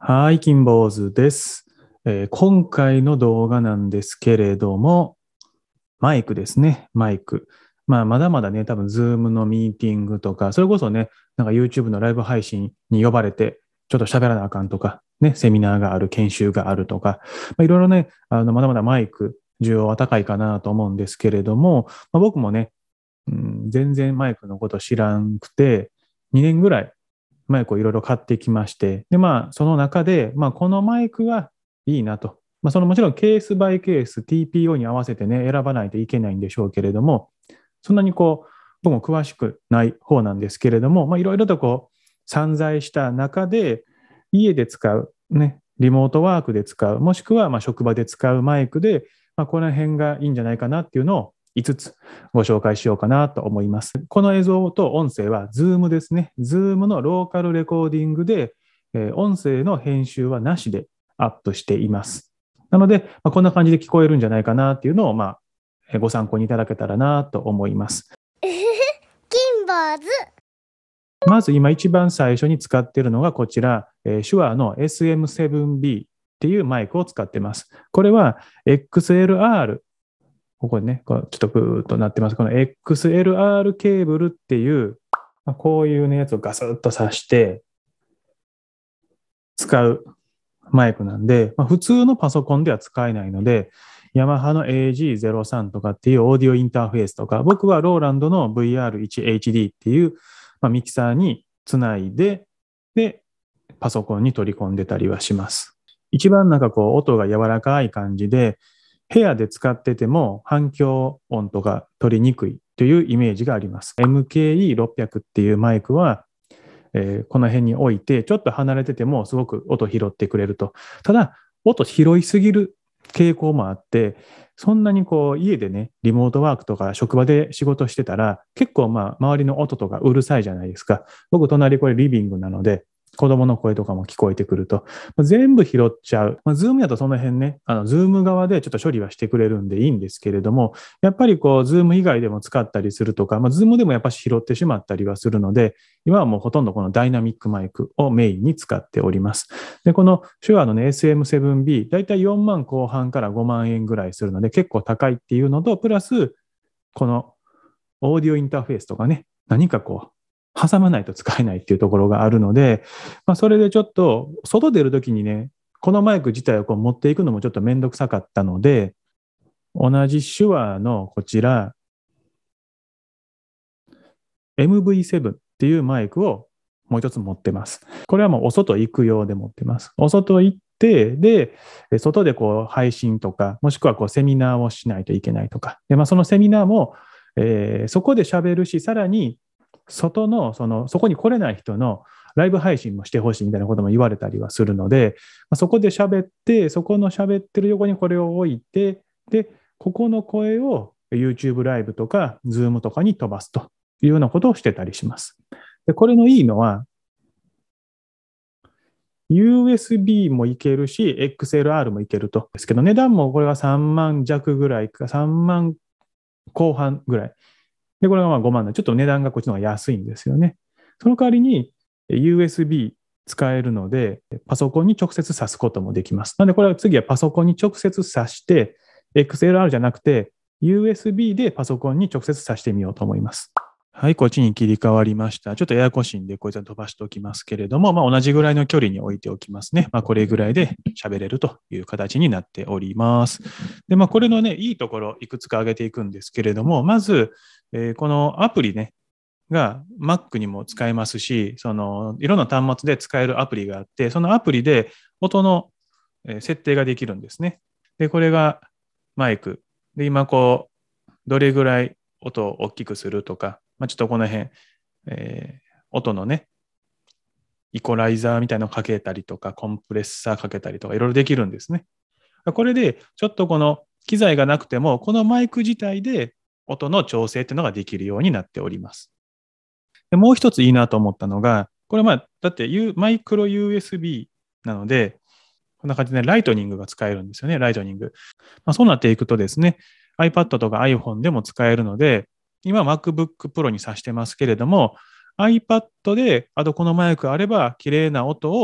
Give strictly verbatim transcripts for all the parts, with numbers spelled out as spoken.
はい、金坊主です、えー今回の動画なんですけれども、マイクですね、マイク。まあ、まだまだね、多分、ズームのミーティングとか、それこそね、なんか YouTube のライブ配信に呼ばれて、ちょっと喋らなあかんとか、ね、セミナーがある、研修があるとか、まあ、いろいろね、あの、まだまだマイク、需要は高いかなと思うんですけれども、まあ、僕もね、うん、全然マイクのこと知らんくて、にねんぐらいマイクをいろいろ買ってきまして、で、まあ、その中で、まあ、このマイクはいいなと。まあ、そのもちろんケースバイケース、ティーピーオー に合わせてね、選ばないといけないんでしょうけれども、そんなにこう、僕も詳しくない方なんですけれども、まあ、いろいろとこう、散在した中で、家で使う、ね、リモートワークで使う、もしくはまあ職場で使うマイクで、まあ、この辺がいいんじゃないかなっていうのをいつつご紹介しようかなと思います。この映像と音声は Zoom ですね。Zoom のローカルレコーディングで、えー音声の編集はなしでアップしています。なので、まあ、こんな感じで聞こえるんじゃないかなっていうのを、まあ、ご参考にいただけたらなと思います。 金坊主。 まず今一番最初に使っているのがこちら、えー、手話の エスエムセブンビー っていうマイクを使っています。これは エックスエルアール、ここにね、こうちょっとブーっとなってます。この エックスエルアール ケーブルっていう、まあ、こういう、ね、やつをガスッと挿して使うマイクなんで、まあ、普通のパソコンでは使えないので、ヤマハの エージーゼロさん とかっていうオーディオインターフェースとか、僕はローランドの ブイアールワンエイチディー っていう、まあ、ミキサーにつないで、で、パソコンに取り込んでたりはします。一番なんかこう音が柔らかい感じで、部屋で使ってても反響音とか取りにくいというイメージがあります。エムケーイーろっぴゃく っていうマイクは、えーこの辺に置いて、ちょっと離れててもすごく音拾ってくれると。ただ、音拾いすぎる傾向もあって、そんなにこう家でね、リモートワークとか職場で仕事してたら、結構まあ周りの音とかうるさいじゃないですか。僕隣これリビングなので、子供の声とかも聞こえてくると、全部拾っちゃう。まあ、ズームやとその辺ね、あの、ズーム側でちょっと処理はしてくれるんでいいんですけれども、やっぱりこう、ズーム以外でも使ったりするとか、まあ、ズームでもやっぱり拾ってしまったりはするので、今はもうほとんどこのダイナミックマイクをメインに使っております。で、この手話のね、エスエムセブンビー、だいたいよんまん後半からごまん円ぐらいするので、結構高いっていうのと、プラス、このオーディオインターフェースとかね、何かこう、挟まないと使えないっていうところがあるので、まあ、それでちょっと、外出るときにね、このマイク自体をこう持っていくのもちょっとめんどくさかったので、同じ手話のこちら、エムブイセブン っていうマイクをもう一つ持ってます。これはもうお外行く用で持ってます。お外行って、で、外でこう配信とか、もしくはこうセミナーをしないといけないとか、で、まあ、そのセミナーも、えーそこで喋るし、さらに外の、その、そこに来れない人のライブ配信もしてほしいみたいなことも言われたりはするので、まあ、そこで喋って、そこの喋ってる横にこれを置いて、で、ここの声を YouTube ライブとか Zoom とかに飛ばすというようなことをしてたりします。で、これのいいのは、ユーエスビー もいけるし、エックスエルアール もいけると。ですけど、値段もこれはさんまん弱ぐらいか、さんまん後半ぐらい。で、これがまあごまんで、ちょっと値段がこっちの方が安いんですよね。その代わりに ユーエスビー 使えるので、パソコンに直接挿すこともできます。なので、これは次はパソコンに直接挿して、エックスエルアール じゃなくて、ユーエスビー でパソコンに直接挿してみようと思います。はい、こっちに切り替わりました。ちょっとややこしいんで、こいつは飛ばしておきますけれども、まあ、同じぐらいの距離に置いておきますね。まあ、これぐらいで喋れるという形になっております。で、まあ、これのね、いいところ、いくつか挙げていくんですけれども、まず、えーこのアプリね、が Mac にも使えますし、そのいろんな端末で使えるアプリがあって、そのアプリで音のえー設定ができるんですね。で、これがマイク。で、今こう、どれぐらい音を大きくするとか、まあ、ちょっとこの辺、えー音のね、イコライザーみたいなのをかけたりとか、コンプレッサーかけたりとか、いろいろできるんですね。これで、ちょっとこの機材がなくても、このマイク自体で音の調整っていうのができるようになっております。でもう一ついいなと思ったのが、これまあ、だって、U、マイクロ ユーエスビー なので、こんな感じでライトニングが使えるんですよね、ライトニング。まあ、そうなっていくとですね、iPad とか iPhone でも使えるので、今 MacBook Pro に挿してますけれども、iPad で、あとこのマイクあれば、綺麗な音を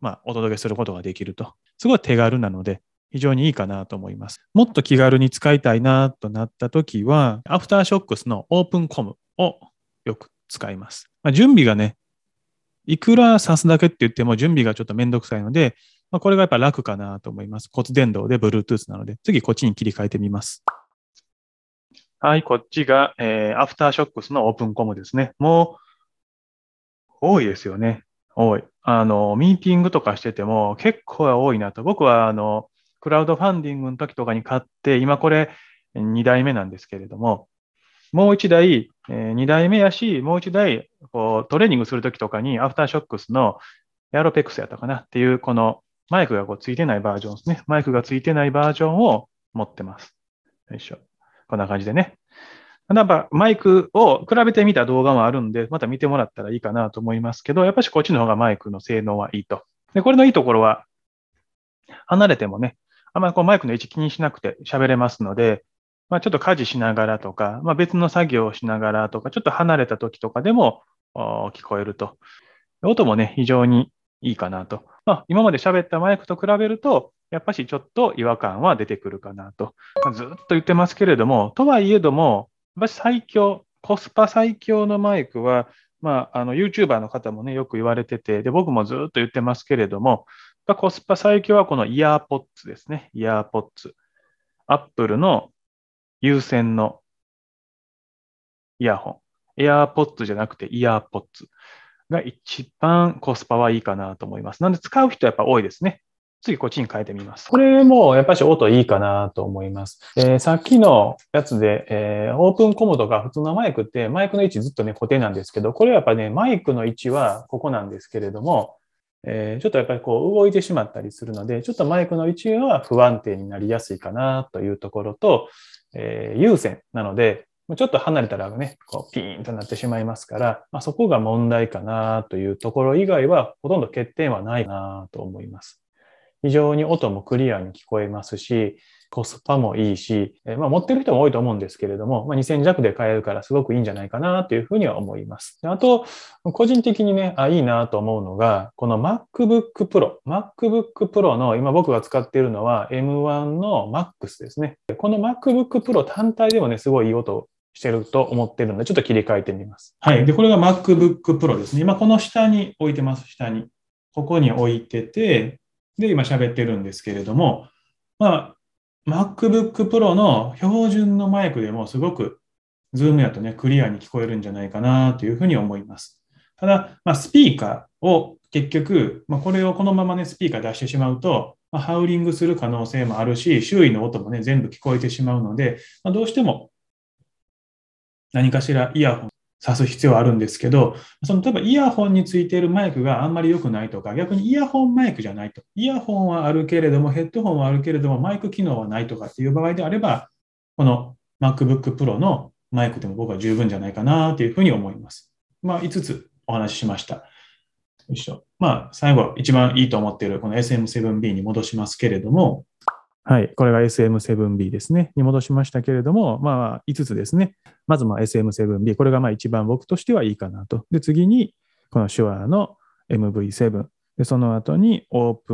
まあ、お届けすることができると。すごい手軽なので、非常にいいかなと思います。もっと気軽に使いたいなとなったときは、アフターショックスのオープンコムをよく使います。まあ、準備がね、いくら挿すだけって言っても準備がちょっとめんどくさいので、まあ、これがやっぱ楽かなと思います。骨伝導で Bluetooth なので、次こっちに切り替えてみます。はい、こっちが、えー、アフターショックスのオープンコムですね。もう、多いですよね。多い。あの、ミーティングとかしてても結構多いなと。僕は、あの、クラウドファンディングの時とかに買って、今これにだいめなんですけれども、もういちだい、えー、にだいめやし、もういちだい、こう、トレーニングするときとかに、アフターショックスのエアロペックスやったかなっていう、このマイクがこうついてないバージョンですね。マイクがついてないバージョンを持ってます。よいしょ。こんな感じでね。やっぱマイクを比べてみた動画もあるんで、また見てもらったらいいかなと思いますけど、やっぱしこっちの方がマイクの性能はいいと。で、これのいいところは、離れてもね、あんまりこうマイクの位置気にしなくて喋れますので、まあ、ちょっと家事しながらとか、まあ、別の作業をしながらとか、ちょっと離れた時とかでも聞こえると。音もね、非常にいいかなと。まあ、今まで喋ったマイクと比べると、やっぱしちょっと違和感は出てくるかなと。まあ、ずっと言ってますけれども、とはいえども、やっぱし最強、コスパ最強のマイクは、まあ、あの、YouTuber の方もね、よく言われてて、で、僕もずっと言ってますけれども、コスパ最強はこのイヤーポッツですね。イヤーポッツ。Apple の有線のイヤホン。エアーポッツじゃなくてイヤーポッツが一番コスパはいいかなと思います。なので使う人やっぱ多いですね。次こっちに変えてみます。これもやっぱし音いいかなと思います。えー、さっきのやつで、えー、オープンコムとか普通のマイクってマイクの位置ずっとね固定なんですけど、これはやっぱねマイクの位置はここなんですけれども、えー、ちょっとやっぱりこう動いてしまったりするので、ちょっとマイクの位置は不安定になりやすいかなというところと、えー、有線なので、ちょっと離れたらね、こうピーンとなってしまいますから、まあ、そこが問題かなというところ以外は、ほとんど欠点はないなと思います。非常に音もクリアに聞こえますし、コスパもいいし、えー、まあ持ってる人も多いと思うんですけれども、まあ、にせん弱で買えるからすごくいいんじゃないかなというふうには思います。あと、個人的にね、あ、いいなと思うのが、この MacBook Pro。MacBook Pro の今僕が使っているのは エムワン の Max ですね。この MacBook Pro 単体でもね、すごいいい音してると思ってるので、ちょっと切り替えてみます。はい。で、これが MacBook Pro ですね。今この下に置いてます。下に。ここに置いてて、で、今喋ってるんですけれども、まあ、MacBook Pro の標準のマイクでもすごく、ズームやとね、クリアに聞こえるんじゃないかなというふうに思います。ただ、まあ、スピーカーを結局、まあ、これをこのままね、スピーカー出してしまうと、まあ、ハウリングする可能性もあるし、周囲の音もね、全部聞こえてしまうので、まあ、どうしても何かしらイヤホン挿す必要はあるんですけど、その例えばイヤホンについているマイクがあんまり良くないとか、逆にイヤホンマイクじゃないと。イヤホンはあるけれども、ヘッドホンはあるけれども、マイク機能はないとかっていう場合であれば、この MacBook Pro のマイクでも僕は十分じゃないかなというふうに思います。まあ、いつつお話ししました。よいしょ。まあ、最後、一番いいと思っているこの エスエムセブンビー に戻しますけれども、はい、これが エスエムセブンビー ですね。に戻しましたけれども、まあ、いつつですね。まず、まあ、エスエムセブンビー。これがまあ一番僕としてはいいかなと。で、次に、この手話の エムブイセブン。で、その後に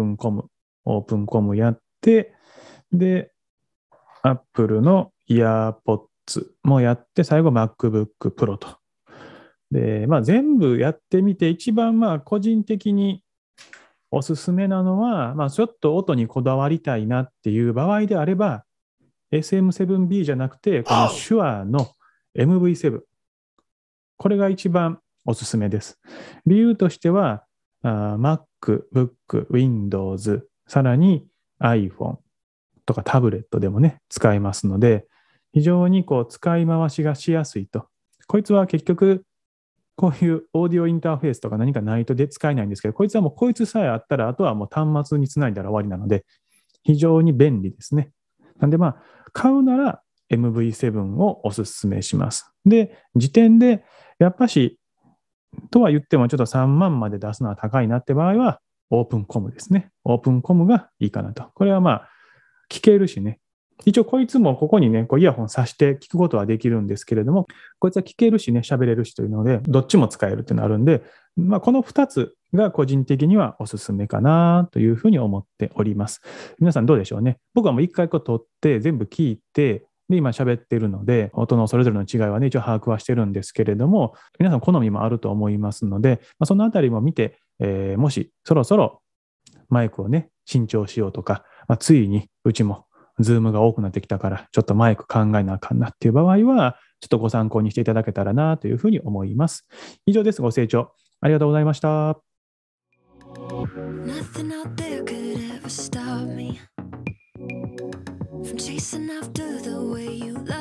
OpenCom。OpenCom やって、で、Apple の EarPods もやって、最後 MacBook Pro と。で、まあ、全部やってみて、一番まあ、個人的におすすめなのは、まあ、ちょっと音にこだわりたいなっていう場合であれば、エスエムセブンビー じゃなくて、この手話の エムブイセブン。これが一番おすすめです。理由としては、MacBook、Windows、さらに iPhone とかタブレットでもね、使えますので、非常にこう使い回しがしやすいと。こいつは結局、こういうオーディオインターフェースとか何かないとで使えないんですけど、こいつはもうこいつさえあったら、あとはもう端末につないだら終わりなので、非常に便利ですね。なんでまあ、買うなら エムブイセブン をおすすめします。で、時点で、やっぱし、とは言ってもちょっとさんまんまで出すのは高いなって場合は、オープンコムですね。オープンコムがいいかなと。これはまあ、聞けるしね。 一応こいつもここにね、こうイヤホン挿して聞くことはできるんですけれども、こいつは聞けるしね、喋れるしというので、どっちも使えるっていうのがあるんで、まあ、このふたつが個人的にはおすすめかなというふうに思っております。皆さんどうでしょうね。僕はもう一回こう撮って全部聞いて、で、今喋ってるので、音のそれぞれの違いはね、一応把握はしてるんですけれども、皆さん好みもあると思いますので、まあ、そのあたりも見て、えーもしそろそろマイクをね、新調しようとか、まあ、ついにうちもズームが多くなってきたから、ちょっとマイク考えなあかんなっていう場合は、ちょっとご参考にしていただけたらなというふうに思います。以上です。ご清聴ありがとうございました。 Nothing out there could ever stop me from chasing after the way you love